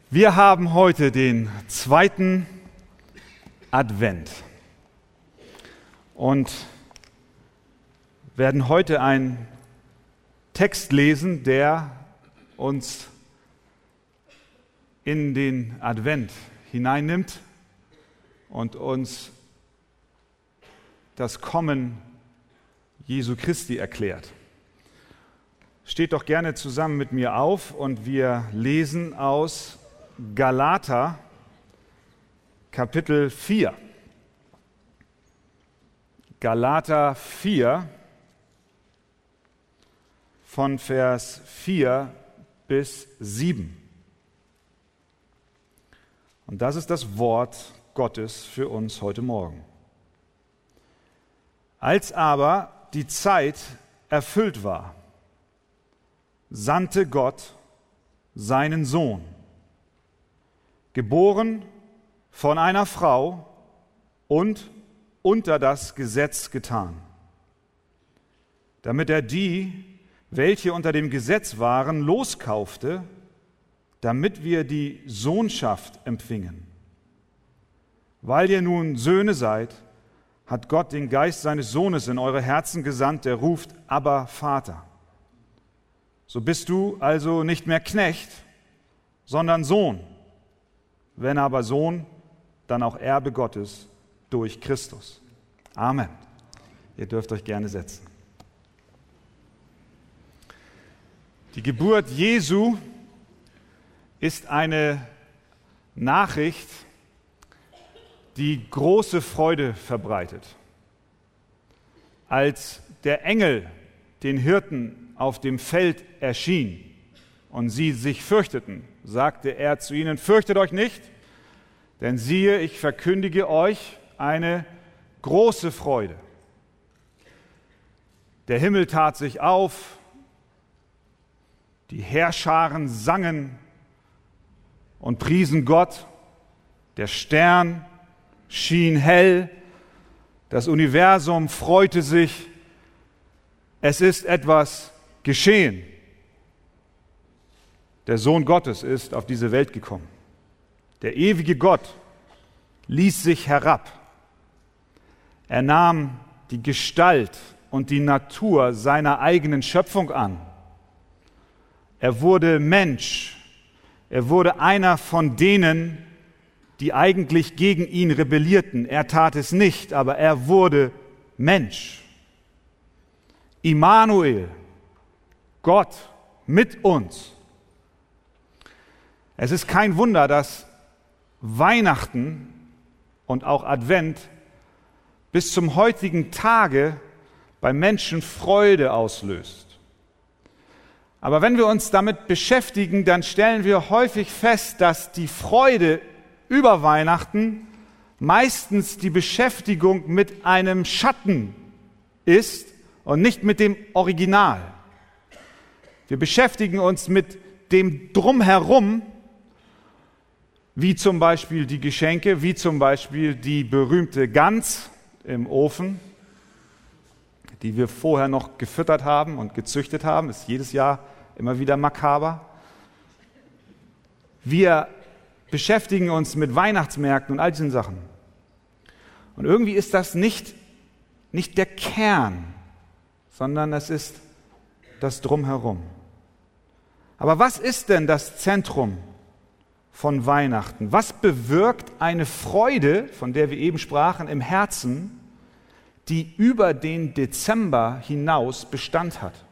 Wir haben heute den zweiten Advent und werden heute einen Text lesen, der uns in den Advent hineinnimmt und uns das Kommen Jesu Christi erklärt. Steht doch gerne zusammen mit mir auf und wir lesen aus Galater, Kapitel 4. Galater 4, von Vers 4 bis 7. Und das ist das Wort Gottes für uns heute Morgen. Als aber die Zeit erfüllt war, sandte Gott seinen Sohn, geboren von einer Frau und unter das Gesetz getan, damit er die, welche unter dem Gesetz waren, loskaufte, damit wir die Sohnschaft empfingen. Weil ihr nun Söhne seid, hat Gott den Geist seines Sohnes in eure Herzen gesandt, der ruft, Abba, Vater. So bist du also nicht mehr Knecht, sondern Sohn. Wenn aber Sohn, dann auch Erbe Gottes durch Christus. Amen. Ihr dürft euch gerne setzen. Die Geburt Jesu ist eine Nachricht, die große Freude verbreitet. Als der Engel den Hirten auf dem Feld erschien und sie sich fürchteten, sagte er zu ihnen, fürchtet euch nicht, denn siehe, ich verkündige euch eine große Freude. Der Himmel tat sich auf, die Heerscharen sangen und priesen Gott, der Stern schien hell, das Universum freute sich, es ist etwas geschehen. Der Sohn Gottes ist auf diese Welt gekommen. Der ewige Gott ließ sich herab. Er nahm die Gestalt und die Natur seiner eigenen Schöpfung an. Er wurde Mensch. Er wurde einer von denen, die eigentlich gegen ihn rebellierten. Er tat es nicht, aber er wurde Mensch. Immanuel, Gott mit uns. Es ist kein Wunder, dass Weihnachten und auch Advent bis zum heutigen Tage bei Menschen Freude auslöst. Aber wenn wir uns damit beschäftigen, dann stellen wir häufig fest, dass die Freude über Weihnachten meistens die Beschäftigung mit einem Schatten ist und nicht mit dem Original. Wir beschäftigen uns mit dem Drumherum, wie zum Beispiel die Geschenke, wie zum Beispiel die berühmte Gans im Ofen, die wir vorher noch gefüttert haben und gezüchtet haben, ist jedes Jahr immer wieder makaber. Wir beschäftigen uns mit Weihnachtsmärkten und all diesen Sachen. Und irgendwie ist das nicht der Kern, sondern es ist das Drumherum. Aber was ist denn das Zentrum von Weihnachten? Was bewirkt eine Freude, von der wir eben sprachen, im Herzen, die über den Dezember hinaus Bestand hat?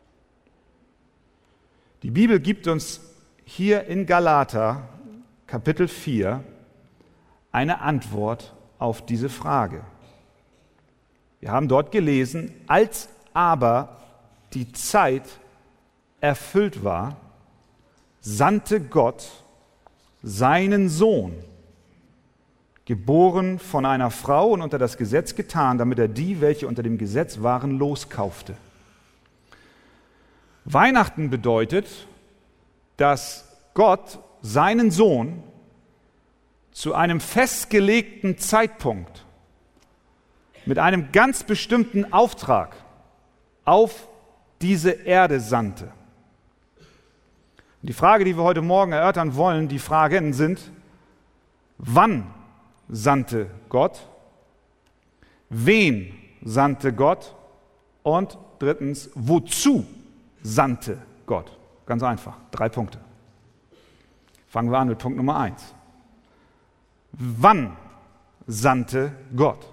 Die Bibel gibt uns hier in Galater, Kapitel 4, eine Antwort auf diese Frage. Wir haben dort gelesen, als aber die Zeit erfüllt war, sandte Gott seinen Sohn, geboren von einer Frau und unter das Gesetz getan, damit er die, welche unter dem Gesetz waren, loskaufte. Weihnachten bedeutet, dass Gott seinen Sohn zu einem festgelegten Zeitpunkt mit einem ganz bestimmten Auftrag auf diese Erde sandte. Und die Frage, die wir heute Morgen erörtern wollen, die Fragen sind: Wann sandte Gott? Wen sandte Gott? Und drittens, wozu sandte Gott? Ganz einfach, 3 Punkte. Fangen wir an mit Punkt Nummer 1. Wann sandte Gott?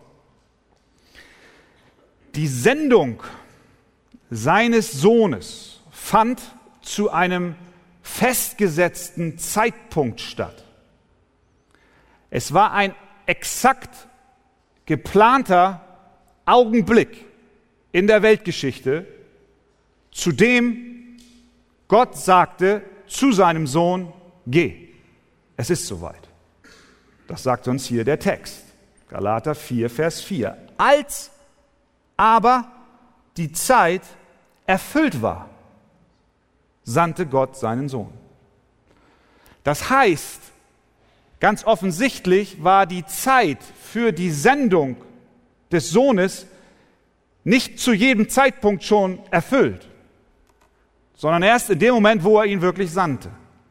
Die Sendung seines Sohnes fand zu einem festgesetzten Zeitpunkt statt. Es war ein exakt geplanter Augenblick in der Weltgeschichte, zu dem Gott sagte zu seinem Sohn: Geh, es ist soweit. Das sagt uns hier der Text. Galater 4, Vers 4. Als aber die Zeit erfüllt war, sandte Gott seinen Sohn. Das heißt, ganz offensichtlich war die Zeit für die Sendung des Sohnes nicht zu jedem Zeitpunkt schon erfüllt, sondern erst in dem Moment, wo er ihn wirklich sandte.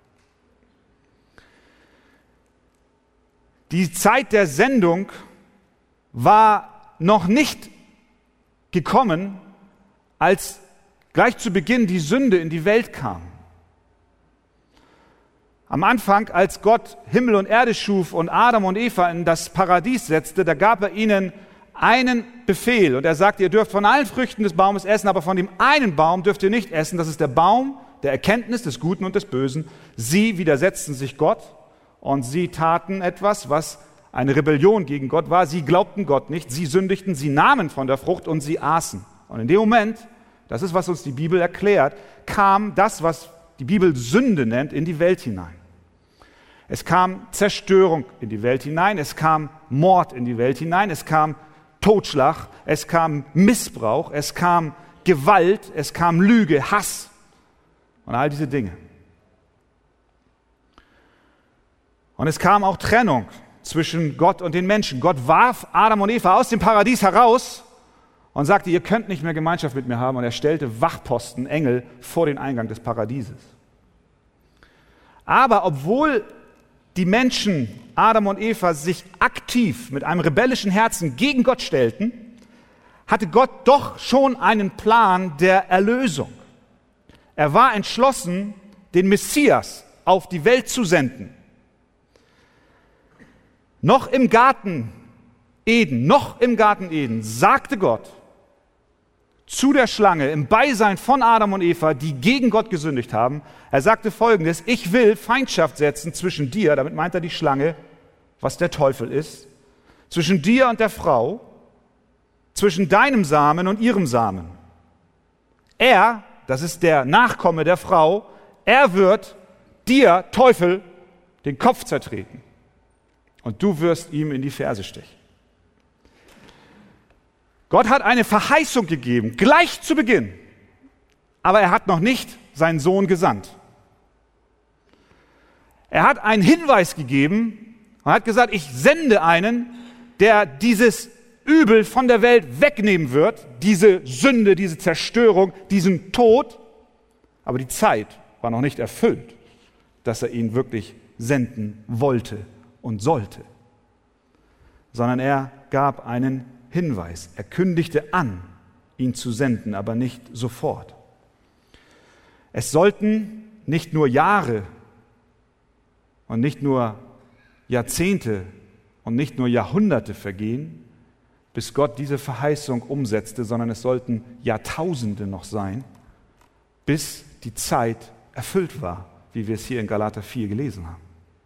Die Zeit der Sendung war noch nicht gekommen, als gleich zu Beginn die Sünde in die Welt kam. Am Anfang, als Gott Himmel und Erde schuf und Adam und Eva in das Paradies setzte, da gab er ihnen einen Befehl. Und er sagte: Ihr dürft von allen Früchten des Baumes essen, aber von dem einen Baum dürft ihr nicht essen. Das ist der Baum der Erkenntnis des Guten und des Bösen. Sie widersetzten sich Gott und sie taten etwas, was eine Rebellion gegen Gott war. Sie glaubten Gott nicht, sie sündigten, sie nahmen von der Frucht und sie aßen. Und in dem Moment, das ist, was uns die Bibel erklärt, kam das, was die Bibel Sünde nennt, in die Welt hinein. Es kam Zerstörung in die Welt hinein, es kam Mord in die Welt hinein, es kam Totschlag, es kam Missbrauch, es kam Gewalt, es kam Lüge, Hass und all diese Dinge. Und es kam auch Trennung zwischen Gott und den Menschen. Gott warf Adam und Eva aus dem Paradies heraus und sagte: Ihr könnt nicht mehr Gemeinschaft mit mir haben. Und er stellte Wachposten, Engel, vor den Eingang des Paradieses. Aber obwohl die Menschen, Adam und Eva, sich aktiv mit einem rebellischen Herzen gegen Gott stellten, hatte Gott doch schon einen Plan der Erlösung. Er war entschlossen, den Messias auf die Welt zu senden. Noch im Garten Eden sagte Gott zu der Schlange im Beisein von Adam und Eva, die gegen Gott gesündigt haben, er sagte Folgendes: Ich will Feindschaft setzen zwischen dir, damit meint er die Schlange, was der Teufel ist, zwischen dir und der Frau, zwischen deinem Samen und ihrem Samen. Er, das ist der Nachkomme der Frau, er wird dir, Teufel, den Kopf zertreten. Und du wirst ihm in die Ferse stechen. Gott hat eine Verheißung gegeben, gleich zu Beginn, aber er hat noch nicht seinen Sohn gesandt. Er hat einen Hinweis gegeben und hat gesagt: Ich sende einen, der dieses Übel von der Welt wegnehmen wird, diese Sünde, diese Zerstörung, diesen Tod. Aber die Zeit war noch nicht erfüllt, dass er ihn wirklich senden wollte und sollte, sondern er gab einen Hinweis. Er kündigte an, ihn zu senden, aber nicht sofort. Es sollten nicht nur Jahre und nicht nur Jahrzehnte und nicht nur Jahrhunderte vergehen, bis Gott diese Verheißung umsetzte, sondern es sollten Jahrtausende noch sein, bis die Zeit erfüllt war, wie wir es hier in Galater 4 gelesen haben.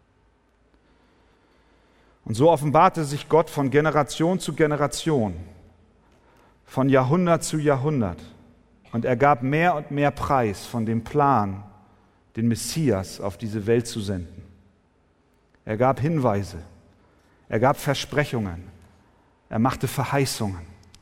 Und so offenbarte sich Gott von Generation zu Generation, von Jahrhundert zu Jahrhundert. Und er gab mehr und mehr Preis von dem Plan, den Messias auf diese Welt zu senden. Er gab Hinweise, er gab Versprechungen, er machte Verheißungen.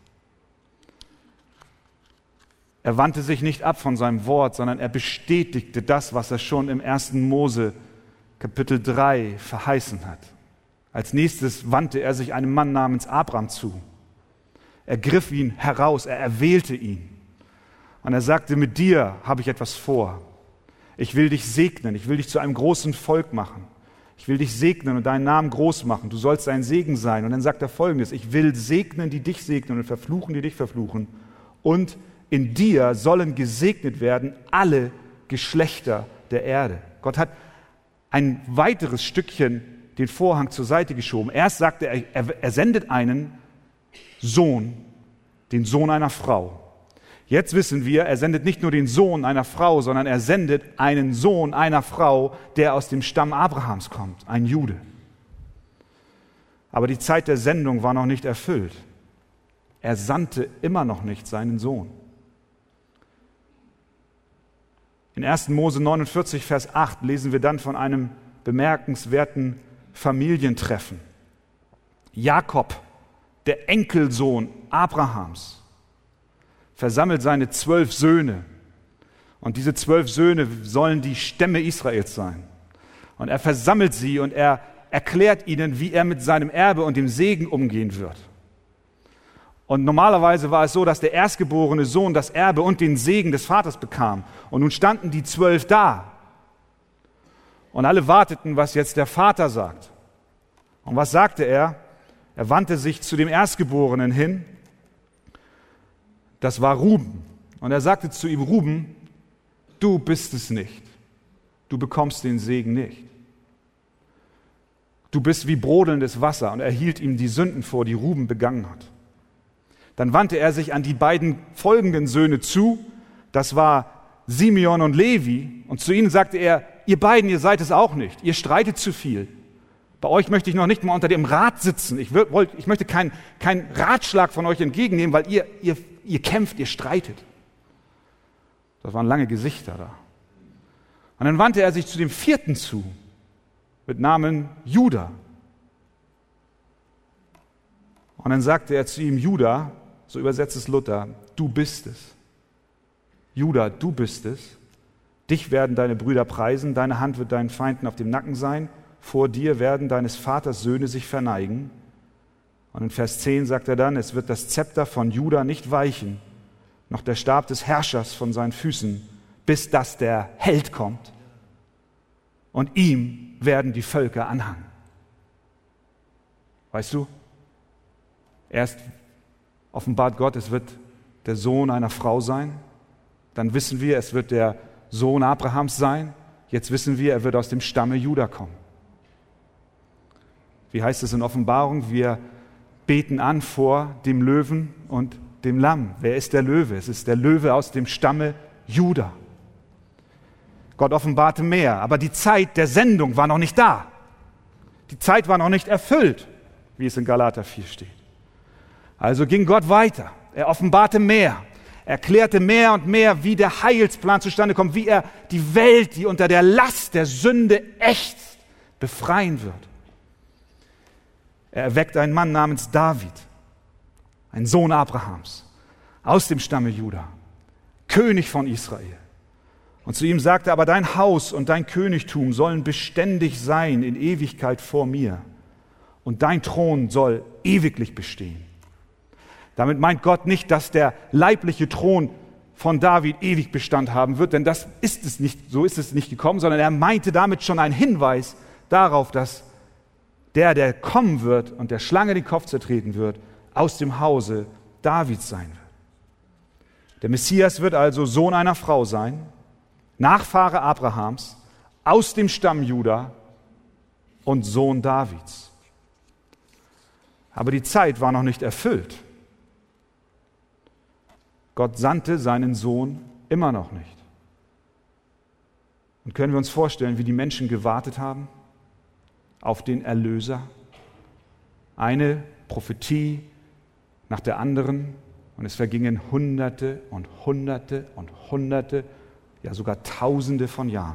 Er wandte sich nicht ab von seinem Wort, sondern er bestätigte das, was er schon im 1. Mose Kapitel 3 verheißen hat. Als nächstes wandte er sich einem Mann namens Abraham zu. Er griff ihn heraus, er erwählte ihn. Und er sagte: Mit dir habe ich etwas vor. Ich will dich segnen, ich will dich zu einem großen Volk machen. Ich will dich segnen und deinen Namen groß machen. Du sollst ein Segen sein. Und dann sagt er Folgendes: Ich will segnen, die dich segnen und verfluchen, die dich verfluchen. Und in dir sollen gesegnet werden alle Geschlechter der Erde. Gott hat ein weiteres Stückchen den Vorhang zur Seite geschoben. Erst sagte er sendet einen Sohn, den Sohn einer Frau. Jetzt wissen wir, er sendet nicht nur den Sohn einer Frau, sondern er sendet einen Sohn einer Frau, der aus dem Stamm Abrahams kommt, ein Jude. Aber die Zeit der Sendung war noch nicht erfüllt. Er sandte immer noch nicht seinen Sohn. In 1. Mose 49, Vers 8 lesen wir dann von einem bemerkenswerten Familientreffen. Jakob, der Enkelsohn Abrahams, versammelt seine 12 Söhne. Und diese 12 Söhne sollen die Stämme Israels sein. Und er versammelt sie und er erklärt ihnen, wie er mit seinem Erbe und dem Segen umgehen wird. Und normalerweise war es so, dass der erstgeborene Sohn das Erbe und den Segen des Vaters bekam. Und nun standen die 12 da. Und alle warteten, was jetzt der Vater sagt. Und was sagte er? Er wandte sich zu dem Erstgeborenen hin. Das war Ruben. Und er sagte zu ihm: Ruben, du bist es nicht. Du bekommst den Segen nicht. Du bist wie brodelndes Wasser. Und er hielt ihm die Sünden vor, die Ruben begangen hat. Dann wandte er sich an die beiden folgenden Söhne zu. Das war Simeon und Levi. Und zu ihnen sagte er: Ihr beiden, ihr seid es auch nicht. Ihr streitet zu viel. Bei euch möchte ich noch nicht mal unter dem Rat sitzen. Ich möchte keinen Ratschlag von euch entgegennehmen, weil ihr kämpft, ihr streitet. Das waren lange Gesichter da. Und dann wandte er sich zu dem vierten zu, mit Namen Juda. Und dann sagte er zu ihm: Juda, so übersetzt es Luther, du bist es. Juda, du bist es. Dich werden deine Brüder preisen, deine Hand wird deinen Feinden auf dem Nacken sein. Vor dir werden deines Vaters Söhne sich verneigen. Und in Vers 10 sagt er dann: Es wird das Zepter von Juda nicht weichen, noch der Stab des Herrschers von seinen Füßen, bis dass der Held kommt. Und ihm werden die Völker anhangen. Weißt du, erst offenbart Gott, es wird der Sohn einer Frau sein. Dann wissen wir, es wird der Sohn Abrahams sein. Jetzt wissen wir, er wird aus dem Stamme Juda kommen. Wie heißt es in Offenbarung? Wir beten an vor dem Löwen und dem Lamm. Wer ist der Löwe? Es ist der Löwe aus dem Stamme Juda. Gott offenbarte mehr, aber die Zeit der Sendung war noch nicht da. Die Zeit war noch nicht erfüllt, wie es in Galater 4 steht. Also ging Gott weiter. Er offenbarte mehr. Er erklärte mehr und mehr, wie der Heilsplan zustande kommt, wie er die Welt, die unter der Last der Sünde ächzt, befreien wird. Er erweckt einen Mann namens David, ein Sohn Abrahams, aus dem Stamme Juda, König von Israel. Und zu ihm sagte er: Aber dein Haus und dein Königtum sollen beständig sein in Ewigkeit vor mir. Und dein Thron soll ewiglich bestehen. Damit meint Gott nicht, dass der leibliche Thron von David ewig Bestand haben wird, denn das ist es nicht, so ist es nicht gekommen, sondern er meinte damit schon einen Hinweis darauf, dass der kommen wird und der Schlange den Kopf zertreten wird, aus dem Hause Davids sein wird. Der Messias wird also Sohn einer Frau sein, Nachfahre Abrahams, aus dem Stamm Juda und Sohn Davids. Aber die Zeit war noch nicht erfüllt. Gott sandte seinen Sohn immer noch nicht. Und können wir uns vorstellen, wie die Menschen gewartet haben auf den Erlöser? Eine Prophetie nach der anderen, und es vergingen Hunderte und Hunderte und Hunderte, ja sogar Tausende von Jahren.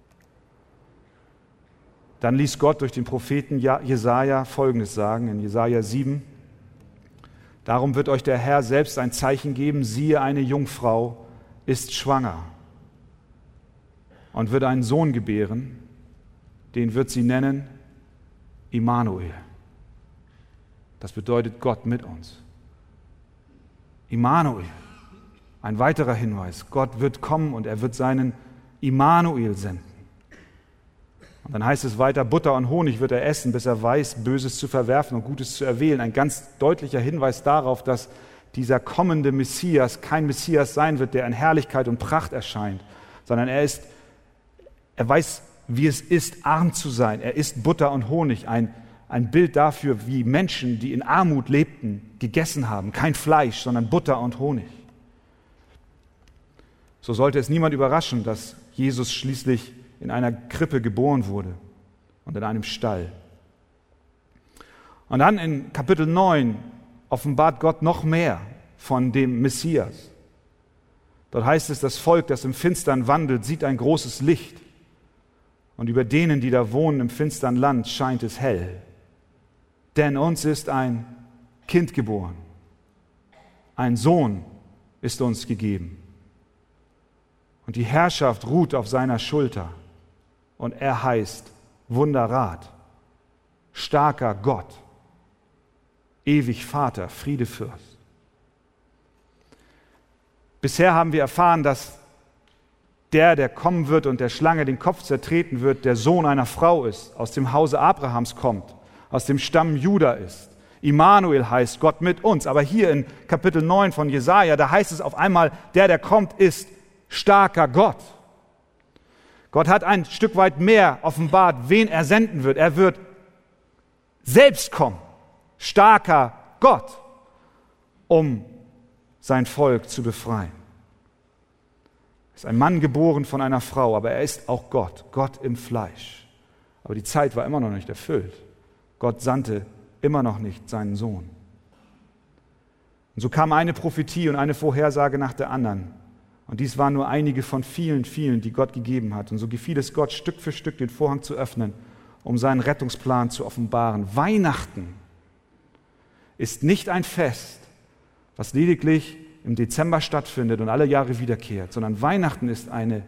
Dann ließ Gott durch den Propheten Jesaja Folgendes sagen, in Jesaja 7: Darum wird euch der Herr selbst ein Zeichen geben, siehe, eine Jungfrau ist schwanger und wird einen Sohn gebären, den wird sie nennen Immanuel. Das bedeutet Gott mit uns. Immanuel, ein weiterer Hinweis: Gott wird kommen und er wird seinen Immanuel senden. Und dann heißt es weiter, Butter und Honig wird er essen, bis er weiß, Böses zu verwerfen und Gutes zu erwählen. Ein ganz deutlicher Hinweis darauf, dass dieser kommende Messias kein Messias sein wird, der in Herrlichkeit und Pracht erscheint, sondern er weiß, wie es ist, arm zu sein. Er ist Butter und Honig, ein Bild dafür, wie Menschen, die in Armut lebten, gegessen haben. Kein Fleisch, sondern Butter und Honig. So sollte es niemand überraschen, dass Jesus schließlich in einer Krippe geboren wurde und in einem Stall. Und dann in Kapitel 9 offenbart Gott noch mehr von dem Messias. Dort heißt es, das Volk, das im Finstern wandelt, sieht ein großes Licht. Und über denen, die da wohnen im finstern Land, scheint es hell. Denn uns ist ein Kind geboren. Ein Sohn ist uns gegeben. Und die Herrschaft ruht auf seiner Schulter. Und er heißt Wunderrat, starker Gott, ewig Vater, Friedefürst. Bisher haben wir erfahren, dass der kommen wird und der Schlange den Kopf zertreten wird, der Sohn einer Frau ist, aus dem Hause Abrahams kommt, aus dem Stamm Juda ist. Immanuel heißt Gott mit uns. Aber hier in Kapitel 9 von Jesaja, da heißt es auf einmal, der kommt, ist starker Gott. Gott hat ein Stück weit mehr offenbart, wen er senden wird. Er wird selbst kommen, starker Gott, um sein Volk zu befreien. Es ist ein Mann geboren von einer Frau, aber er ist auch Gott, Gott im Fleisch. Aber die Zeit war immer noch nicht erfüllt. Gott sandte immer noch nicht seinen Sohn. Und so kam eine Prophetie und eine Vorhersage nach der anderen. Und dies waren nur einige von vielen, vielen, die Gott gegeben hat. Und so gefiel es Gott, Stück für Stück den Vorhang zu öffnen, um seinen Rettungsplan zu offenbaren. Weihnachten ist nicht ein Fest, was lediglich im Dezember stattfindet und alle Jahre wiederkehrt, sondern Weihnachten ist ein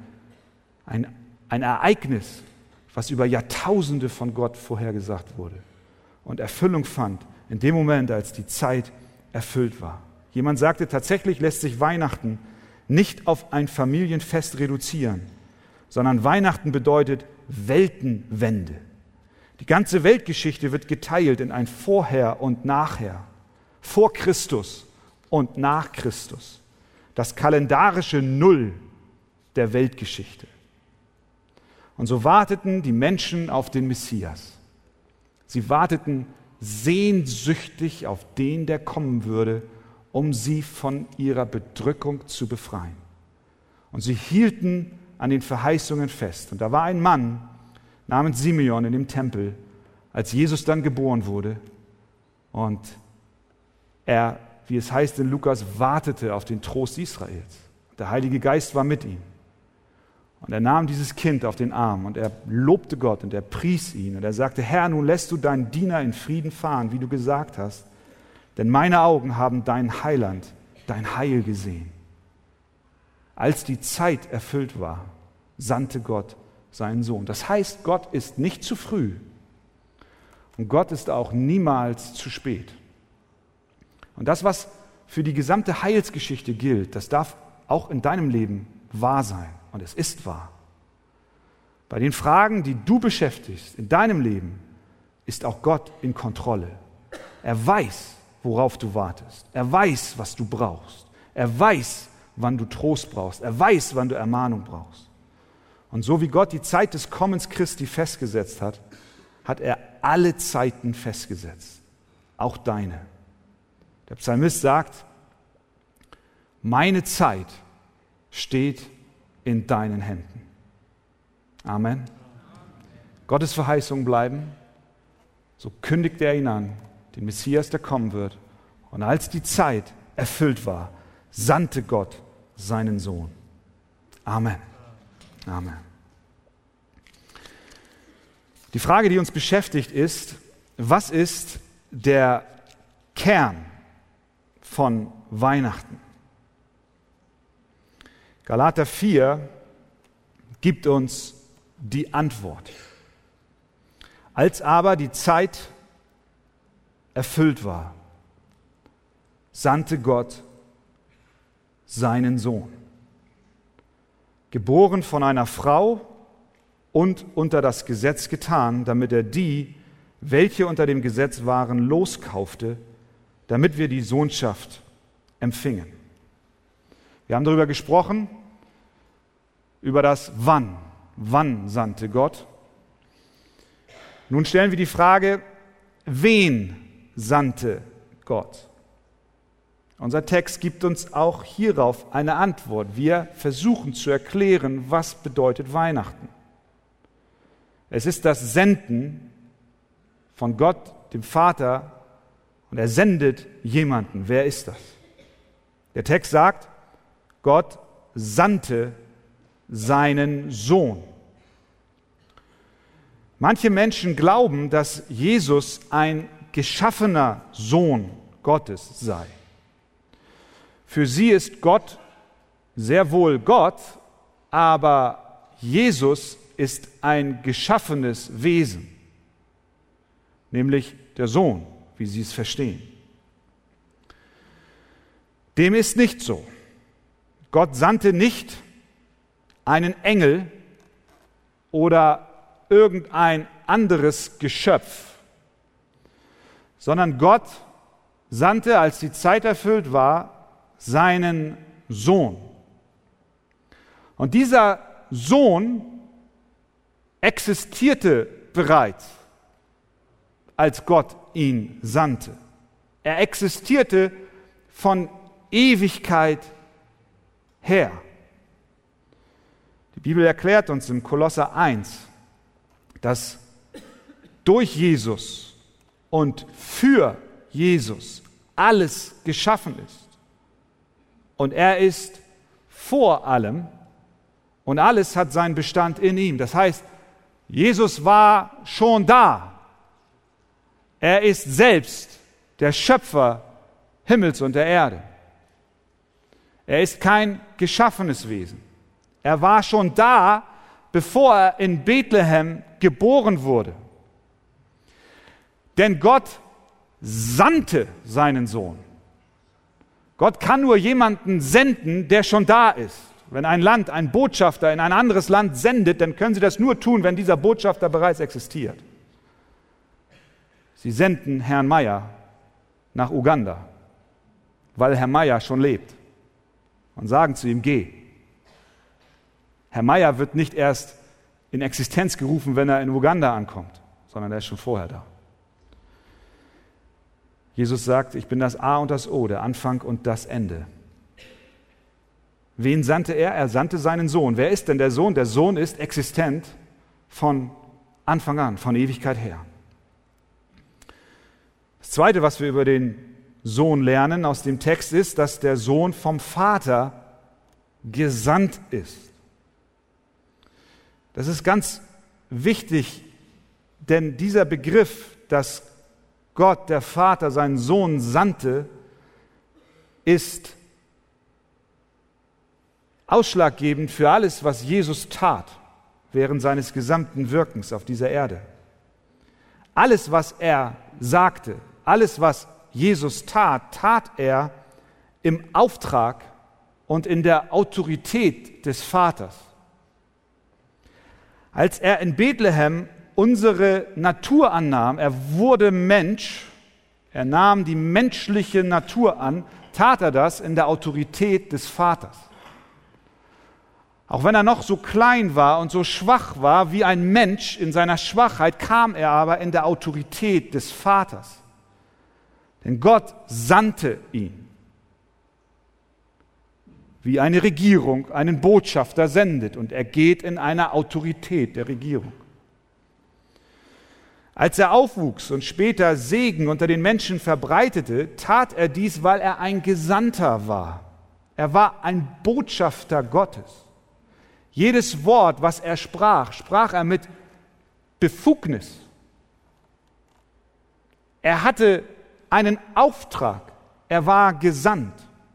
Ereignis, was über Jahrtausende von Gott vorhergesagt wurde und Erfüllung fand in dem Moment, als die Zeit erfüllt war. Jemand sagte, tatsächlich lässt sich Weihnachten nicht auf ein Familienfest reduzieren, sondern Weihnachten bedeutet Weltenwende. Die ganze Weltgeschichte wird geteilt in ein Vorher und Nachher, vor Christus und nach Christus, das kalendarische Null der Weltgeschichte. Und so warteten die Menschen auf den Messias. Sie warteten sehnsüchtig auf den, der kommen würde, um sie von ihrer Bedrückung zu befreien. Und sie hielten an den Verheißungen fest. Und da war ein Mann namens Simeon in dem Tempel, als Jesus dann geboren wurde. Und er, wie es heißt in Lukas, wartete auf den Trost Israels. Der Heilige Geist war mit ihm. Und er nahm dieses Kind auf den Arm und er lobte Gott und er pries ihn. Und er sagte, Herr, nun lässt du deinen Diener in Frieden fahren, wie du gesagt hast. Denn meine Augen haben deinen Heiland, dein Heil gesehen. Als die Zeit erfüllt war, sandte Gott seinen Sohn. Das heißt, Gott ist nicht zu früh und Gott ist auch niemals zu spät. Und das, was für die gesamte Heilsgeschichte gilt, das darf auch in deinem Leben wahr sein. Und es ist wahr. Bei den Fragen, die du beschäftigst in deinem Leben, ist auch Gott in Kontrolle. Er weiß, worauf du wartest. Er weiß, was du brauchst. Er weiß, wann du Trost brauchst. Er weiß, wann du Ermahnung brauchst. Und so wie Gott die Zeit des Kommens Christi festgesetzt hat, hat er alle Zeiten festgesetzt. Auch deine. Der Psalmist sagt, meine Zeit steht in deinen Händen. Amen. Gottes Verheißungen bleiben. So kündigt er ihn an, den Messias, der kommen wird. Und als die Zeit erfüllt war, sandte Gott seinen Sohn. Amen. Amen. Die Frage, die uns beschäftigt, ist, was ist der Kern von Weihnachten? Galater 4 gibt uns die Antwort. Als aber die Zeit erfüllt war, sandte Gott seinen Sohn. geboren von einer Frau und unter das Gesetz getan, damit er die, welche unter dem Gesetz waren, loskaufte, damit wir die Sohnschaft empfingen. Wir haben darüber gesprochen, über das Wann. Wann sandte Gott? Nun stellen wir die Frage, wen sandte Gott? Unser Text gibt uns auch hierauf eine Antwort. Wir versuchen zu erklären, was bedeutet Weihnachten. Es ist das Senden von Gott, dem Vater, und er sendet jemanden. Wer ist das? Der Text sagt, Gott sandte seinen Sohn. Manche Menschen glauben, dass Jesus ein geschaffener Sohn Gottes sei. Für sie ist Gott sehr wohl Gott, aber Jesus ist ein geschaffenes Wesen, nämlich der Sohn, wie sie es verstehen. Dem ist nicht so. Gott sandte nicht einen Engel oder irgendein anderes Geschöpf, sondern Gott sandte, als die Zeit erfüllt war, seinen Sohn. Und dieser Sohn existierte bereits, als Gott ihn sandte. Er existierte von Ewigkeit her. Die Bibel erklärt uns im Kolosser 1, dass durch Jesus und für Jesus alles geschaffen ist. Und er ist vor allem und alles hat seinen Bestand in ihm. Das heißt, Jesus war schon da. Er ist selbst der Schöpfer Himmels und der Erde. Er ist kein geschaffenes Wesen. Er war schon da, bevor er in Bethlehem geboren wurde. Denn Gott sandte seinen Sohn. Gott kann nur jemanden senden, der schon da ist. Wenn ein Land, ein Botschafter in ein anderes Land sendet, dann können sie das nur tun, wenn dieser Botschafter bereits existiert. Sie senden Herrn Meier nach Uganda, weil Herr Meier schon lebt, und sagen zu ihm, geh. Herr Meier wird nicht erst in Existenz gerufen, wenn er in Uganda ankommt, sondern er ist schon vorher da. Jesus sagt, ich bin das A und das O, der Anfang und das Ende. Wen sandte er? Er sandte seinen Sohn. Wer ist denn der Sohn? Der Sohn ist existent von Anfang an, von Ewigkeit her. Das Zweite, was wir über den Sohn lernen aus dem Text, ist, dass der Sohn vom Vater gesandt ist. Das ist ganz wichtig, denn dieser Begriff, dass Gott, der Vater, seinen Sohn sandte, ist ausschlaggebend für alles, was Jesus tat während seines gesamten Wirkens auf dieser Erde. Alles, was er sagte, alles, was Jesus tat, tat er im Auftrag und in der Autorität des Vaters. Als er in Bethlehem unsere Natur annahm, er wurde Mensch, er nahm die menschliche Natur an, tat er das in der Autorität des Vaters. Auch wenn er noch so klein war und so schwach war wie ein Mensch in seiner Schwachheit, kam er aber in der Autorität des Vaters. Denn Gott sandte ihn, wie eine Regierung einen Botschafter sendet, und er geht in einer Autorität der Regierung. Als er aufwuchs und später Segen unter den Menschen verbreitete, tat er dies, weil er ein Gesandter war. Er war ein Botschafter Gottes. Jedes Wort, was er sprach, sprach er mit Befugnis. Er hatte einen Auftrag. Er war gesandt.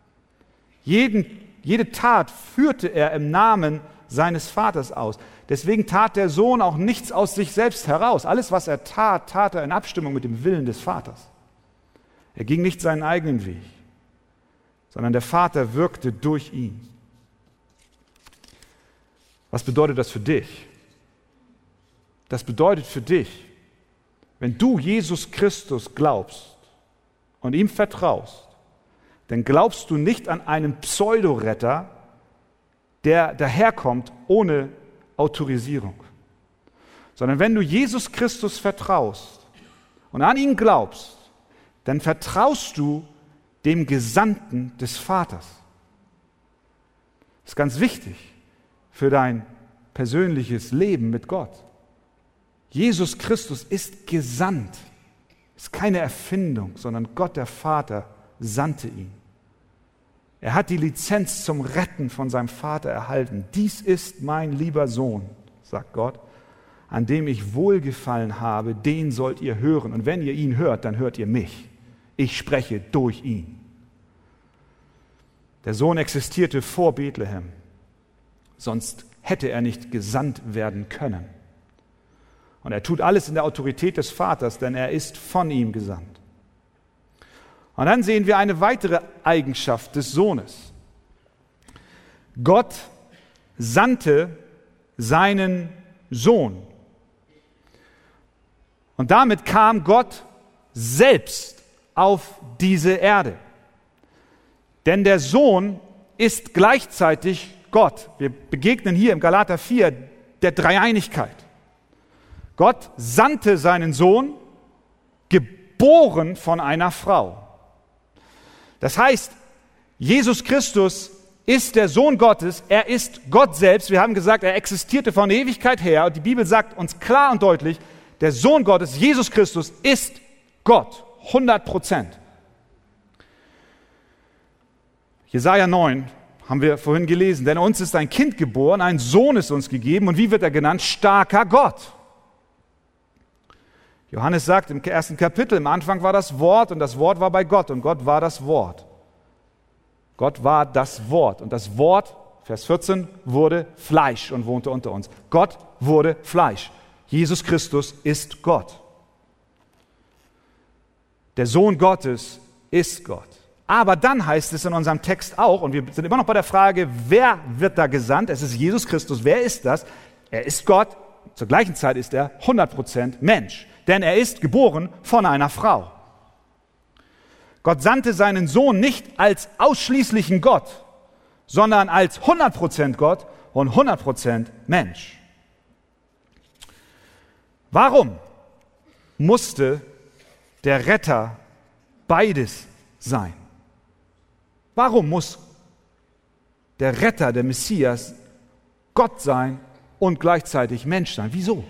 Jede Tat führte er im Namen seines Vaters aus. Deswegen tat der Sohn auch nichts aus sich selbst heraus. Alles, was er tat, tat er in Abstimmung mit dem Willen des Vaters. Er ging nicht seinen eigenen Weg, sondern der Vater wirkte durch ihn. Was bedeutet das für dich? Das bedeutet für dich, wenn du Jesus Christus glaubst und ihm vertraust, dann glaubst du nicht an einen Pseudoretter, der daherkommt ohne Autorisierung. Sondern wenn du Jesus Christus vertraust und an ihn glaubst, dann vertraust du dem Gesandten des Vaters. Das ist ganz wichtig für dein persönliches Leben mit Gott. Jesus Christus ist gesandt. Ist keine Erfindung, sondern Gott der Vater sandte ihn. Er hat die Lizenz zum Retten von seinem Vater erhalten. Dies ist mein lieber Sohn, sagt Gott, an dem ich Wohlgefallen habe, den sollt ihr hören. Und wenn ihr ihn hört, dann hört ihr mich. Ich spreche durch ihn. Der Sohn existierte vor Bethlehem, sonst hätte er nicht gesandt werden können. Und er tut alles in der Autorität des Vaters, denn er ist von ihm gesandt. Und dann sehen wir eine weitere Eigenschaft des Sohnes. Gott sandte seinen Sohn. Und damit kam Gott selbst auf diese Erde. Denn der Sohn ist gleichzeitig Gott. Wir begegnen hier im Galater 4 der Dreieinigkeit. Gott sandte seinen Sohn, geboren von einer Frau. Das heißt, Jesus Christus ist der Sohn Gottes, er ist Gott selbst. Wir haben gesagt, er existierte von Ewigkeit her und die Bibel sagt uns klar und deutlich, der Sohn Gottes, Jesus Christus, ist Gott, 100%. Jesaja 9 haben wir vorhin gelesen, denn uns ist ein Kind geboren, ein Sohn ist uns gegeben und wie wird er genannt? Starker Gott. Johannes sagt im 1. Kapitel, im Anfang war das Wort und das Wort war bei Gott und Gott war das Wort. Gott war das Wort und das Wort, Vers 14, wurde Fleisch und wohnte unter uns. Gott wurde Fleisch. Jesus Christus ist Gott. Der Sohn Gottes ist Gott. Aber dann heißt es in unserem Text auch, und wir sind immer noch bei der Frage, wer wird da gesandt? Es ist Jesus Christus. Wer ist das? Er ist Gott. Zur gleichen Zeit ist er 100% Mensch. Denn er ist geboren von einer Frau. Gott sandte seinen Sohn nicht als ausschließlichen Gott, sondern als 100% Gott und 100% Mensch. Warum musste der Retter beides sein? Warum muss der Retter, der Messias, Gott sein und gleichzeitig Mensch sein? Wieso?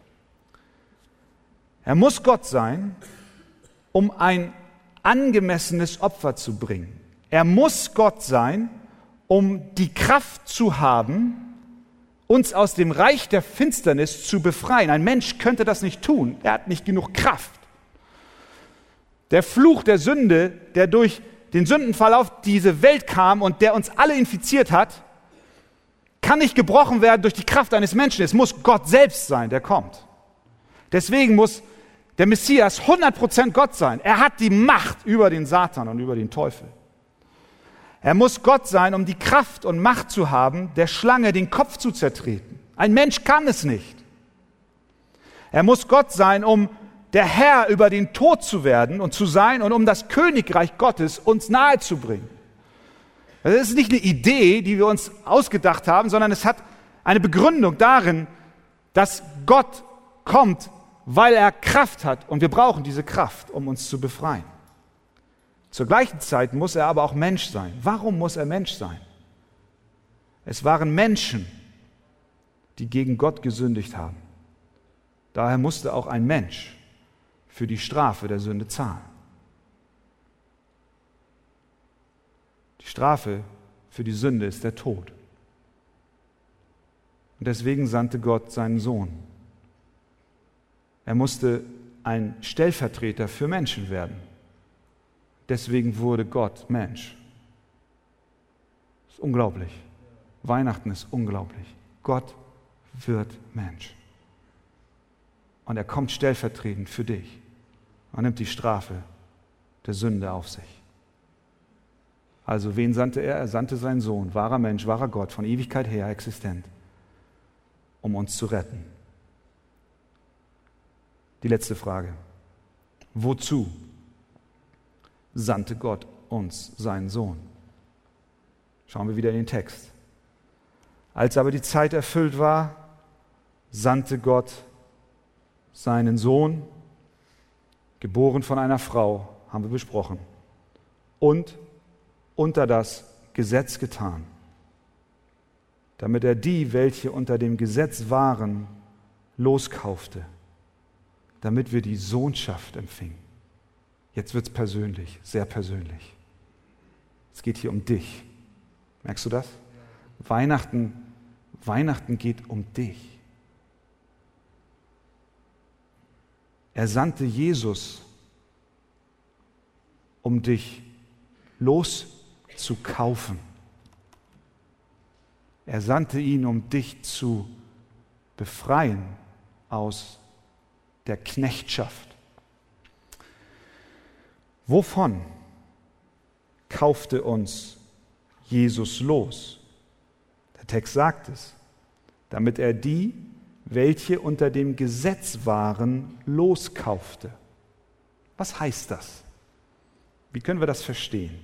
Er muss Gott sein, um ein angemessenes Opfer zu bringen. Er muss Gott sein, um die Kraft zu haben, uns aus dem Reich der Finsternis zu befreien. Ein Mensch könnte das nicht tun. Er hat nicht genug Kraft. Der Fluch der Sünde, der durch den Sündenfall auf diese Welt kam und der uns alle infiziert hat, kann nicht gebrochen werden durch die Kraft eines Menschen. Es muss Gott selbst sein, der kommt. Deswegen muss der Messias 100% Gott sein. Er hat die Macht über den Satan und über den Teufel. Er muss Gott sein, um die Kraft und Macht zu haben, der Schlange den Kopf zu zertreten. Ein Mensch kann es nicht. Er muss Gott sein, um der Herr über den Tod zu werden und zu sein und um das Königreich Gottes uns nahezubringen. Das ist nicht eine Idee, die wir uns ausgedacht haben, sondern es hat eine Begründung darin, dass Gott kommt, weil er Kraft hat und wir brauchen diese Kraft, um uns zu befreien. Zur gleichen Zeit muss er aber auch Mensch sein. Warum muss er Mensch sein? Es waren Menschen, die gegen Gott gesündigt haben. Daher musste auch ein Mensch für die Strafe der Sünde zahlen. Die Strafe für die Sünde ist der Tod. Und deswegen sandte Gott seinen Sohn. Er musste ein Stellvertreter für Menschen werden. Deswegen wurde Gott Mensch. Das ist unglaublich. Weihnachten ist unglaublich. Gott wird Mensch. Und er kommt stellvertretend für dich und nimmt die Strafe der Sünde auf sich. Also wen sandte er? Er sandte seinen Sohn, wahrer Mensch, wahrer Gott, von Ewigkeit her existent. um uns zu retten. Die letzte Frage. Wozu sandte Gott uns seinen Sohn? Schauen wir wieder in den Text. Als aber die Zeit erfüllt war, sandte Gott seinen Sohn, geboren von einer Frau, haben wir besprochen, und unter das Gesetz getan, damit er die, welche unter dem Gesetz waren, loskaufte, damit wir die Sohnschaft empfingen. Jetzt wird es persönlich, sehr persönlich. Es geht hier um dich. Merkst du das? Weihnachten geht um dich. Er sandte Jesus, um dich loszukaufen. Er sandte ihn, um dich zu befreien aus der Knechtschaft. Wovon kaufte uns Jesus los? Der Text sagt es, damit er die, welche unter dem Gesetz waren, loskaufte. Was heißt das? Wie können wir das verstehen?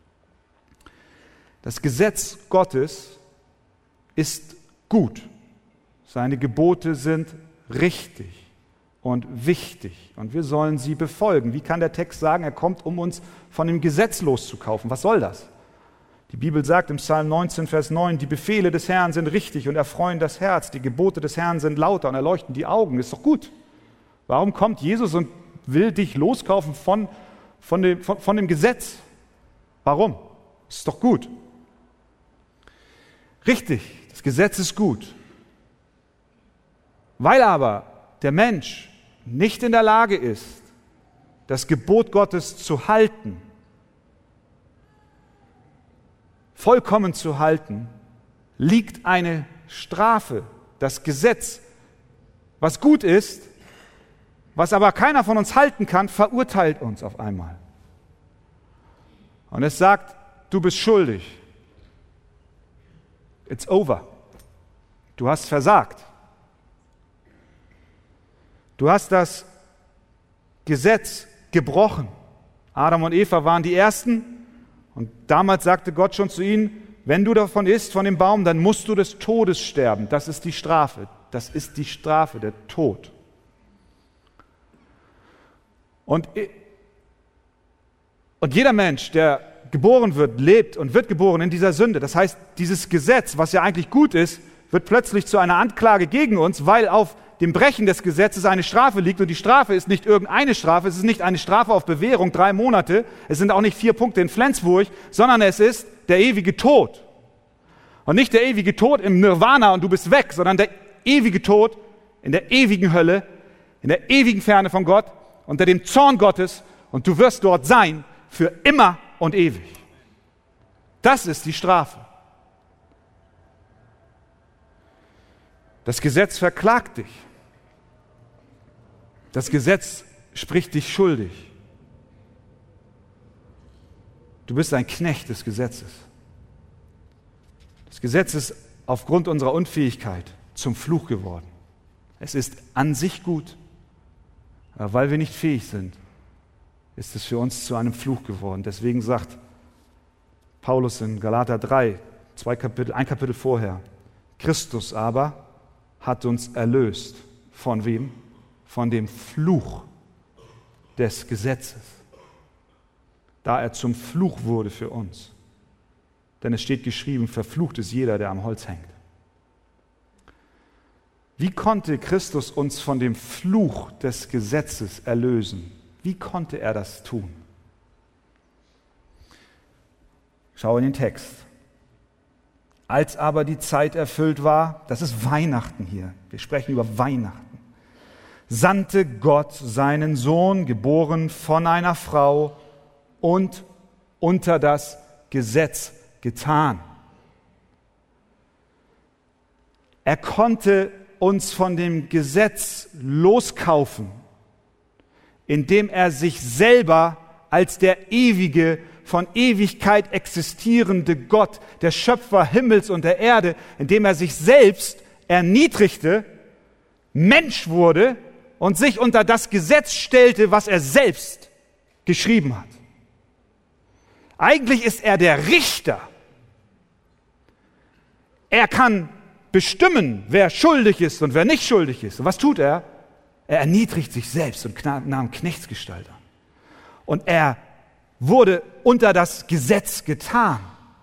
Das Gesetz Gottes ist gut. Seine Gebote sind richtig und wichtig und wir sollen sie befolgen. Wie kann der Text sagen, er kommt, um uns von dem Gesetz loszukaufen? Was soll das? Die Bibel sagt im Psalm 19, Vers 9, die Befehle des Herrn sind richtig und erfreuen das Herz. Die Gebote des Herrn sind lauter und erleuchten die Augen. Ist doch gut. Warum kommt Jesus und will dich loskaufen von dem Gesetz? Warum? Ist doch gut. Richtig, das Gesetz ist gut. Weil aber der Mensch nicht in der Lage ist, das Gebot Gottes zu halten, vollkommen zu halten, liegt eine Strafe. Das Gesetz, was gut ist, was aber keiner von uns halten kann, verurteilt uns auf einmal. Und es sagt, du bist schuldig. It's over. Du hast versagt. Du hast das Gesetz gebrochen. Adam und Eva waren die Ersten. Und damals sagte Gott schon zu ihnen, wenn du davon isst, von dem Baum, dann musst du des Todes sterben. Das ist die Strafe. Das ist die Strafe, der Tod. Und jeder Mensch, der geboren wird, lebt und wird geboren in dieser Sünde. Das heißt, dieses Gesetz, was ja eigentlich gut ist, wird plötzlich zu einer Anklage gegen uns, weil auf dem Brechen des Gesetzes eine Strafe liegt. Und die Strafe ist nicht irgendeine Strafe, es ist nicht eine Strafe auf Bewährung, 3 Monate, es sind auch nicht 4 Punkte in Flensburg, sondern es ist der ewige Tod. Und nicht der ewige Tod im Nirvana und du bist weg, sondern der ewige Tod in der ewigen Hölle, in der ewigen Ferne von Gott, unter dem Zorn Gottes, und du wirst dort sein für immer und ewig. Das ist die Strafe. Das Gesetz verklagt dich. Das Gesetz spricht dich schuldig. Du bist ein Knecht des Gesetzes. Das Gesetz ist aufgrund unserer Unfähigkeit zum Fluch geworden. Es ist an sich gut, aber weil wir nicht fähig sind, ist es für uns zu einem Fluch geworden. Deswegen sagt Paulus in Galater 3, ein Kapitel vorher, Christus aber hat uns erlöst. Von wem? Von dem Fluch des Gesetzes, da er zum Fluch wurde für uns. Denn es steht geschrieben, verflucht ist jeder, der am Holz hängt. Wie konnte Christus uns von dem Fluch des Gesetzes erlösen? Wie konnte er das tun? Schau in den Text. Als aber die Zeit erfüllt war, das ist Weihnachten hier, wir sprechen über Weihnachten, sandte Gott seinen Sohn, geboren von einer Frau und unter das Gesetz getan. Er konnte uns von dem Gesetz loskaufen, indem er sich selber als der ewige, von Ewigkeit existierende Gott, der Schöpfer Himmels und der Erde, indem er sich selbst erniedrigte, Mensch wurde und sich unter das Gesetz stellte, was er selbst geschrieben hat. Eigentlich ist er der Richter. Er kann bestimmen, wer schuldig ist und wer nicht schuldig ist. Und was tut er? Er erniedrigt sich selbst und nahm Knechtsgestalt an. Und er wurde unter das Gesetz getan.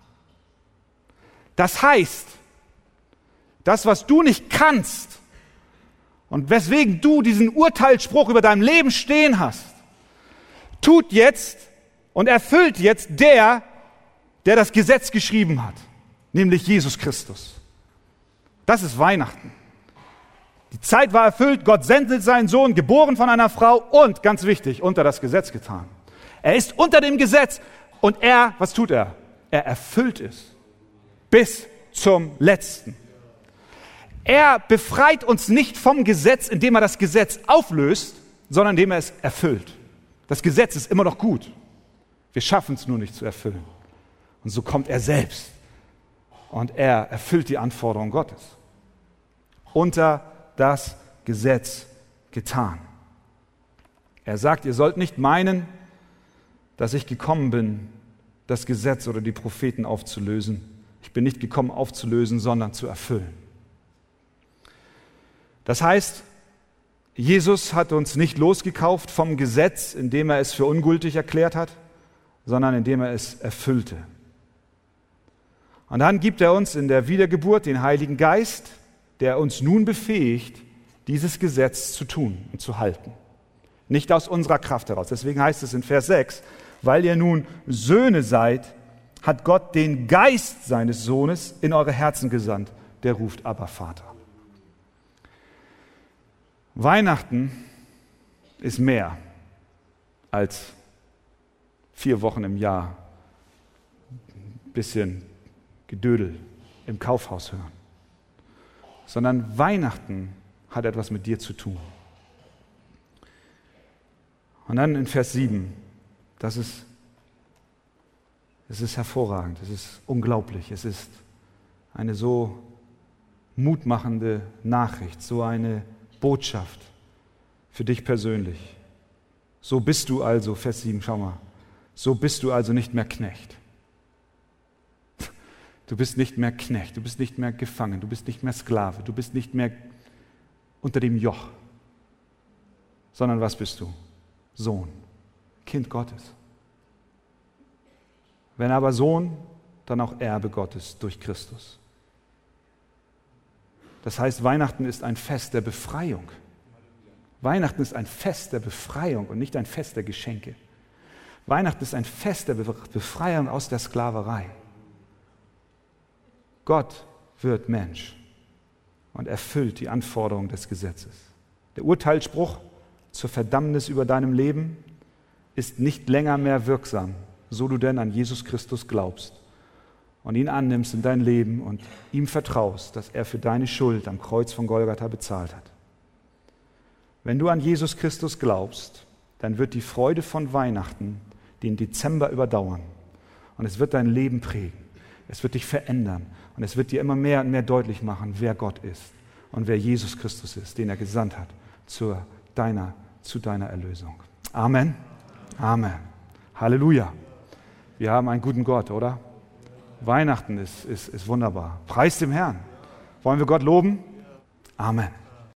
Das heißt, das, was du nicht kannst und weswegen du diesen Urteilsspruch über dein Leben stehen hast, tut jetzt und erfüllt jetzt der das Gesetz geschrieben hat, nämlich Jesus Christus. Das ist Weihnachten. Die Zeit war erfüllt, Gott sendet seinen Sohn, geboren von einer Frau und, ganz wichtig, unter das Gesetz getan. Er ist unter dem Gesetz und was tut er? Er erfüllt es bis zum Letzten. Er befreit uns nicht vom Gesetz, indem er das Gesetz auflöst, sondern indem er es erfüllt. Das Gesetz ist immer noch gut. Wir schaffen es nur nicht zu erfüllen. Und so kommt er selbst und er erfüllt die Anforderungen Gottes. Unter das Gesetz getan. Er sagt, ihr sollt nicht meinen, dass ich gekommen bin, das Gesetz oder die Propheten aufzulösen. Ich bin nicht gekommen aufzulösen, sondern zu erfüllen. Das heißt, Jesus hat uns nicht losgekauft vom Gesetz, indem er es für ungültig erklärt hat, sondern indem er es erfüllte. Und dann gibt er uns in der Wiedergeburt den Heiligen Geist, der uns nun befähigt, dieses Gesetz zu tun und zu halten. Nicht aus unserer Kraft heraus. Deswegen heißt es in Vers 6, weil ihr nun Söhne seid, hat Gott den Geist seines Sohnes in eure Herzen gesandt, der ruft Abba, Vater. Weihnachten ist mehr als 4 Wochen im Jahr ein bisschen Gedödel im Kaufhaus hören, sondern Weihnachten hat etwas mit dir zu tun. Und dann in Vers 7, es ist hervorragend, es ist unglaublich, es ist eine so mutmachende Nachricht, so eine Botschaft für dich persönlich. So bist du also, Vers 7, schau mal, so bist du also nicht mehr Knecht. Du bist nicht mehr Knecht, du bist nicht mehr gefangen, du bist nicht mehr Sklave, du bist nicht mehr unter dem Joch, sondern was bist du? Sohn, Kind Gottes. Wenn aber Sohn, dann auch Erbe Gottes durch Christus. Das heißt, Weihnachten ist ein Fest der Befreiung. Weihnachten ist ein Fest der Befreiung und nicht ein Fest der Geschenke. Weihnachten ist ein Fest der Befreiung aus der Sklaverei. Gott wird Mensch und erfüllt die Anforderungen des Gesetzes. Der Urteilsspruch zur Verdammnis über deinem Leben ist nicht länger mehr wirksam, so du denn an Jesus Christus glaubst und ihn annimmst in dein Leben und ihm vertraust, dass er für deine Schuld am Kreuz von Golgatha bezahlt hat. Wenn du an Jesus Christus glaubst, dann wird die Freude von Weihnachten den Dezember überdauern und es wird dein Leben prägen. Es wird dich verändern und es wird dir immer mehr und mehr deutlich machen, wer Gott ist und wer Jesus Christus ist, den er gesandt hat zu deiner Erlösung. Amen. Amen. Halleluja. Wir haben einen guten Gott, oder? Weihnachten ist wunderbar. Preis dem Herrn. Wollen wir Gott loben? Amen.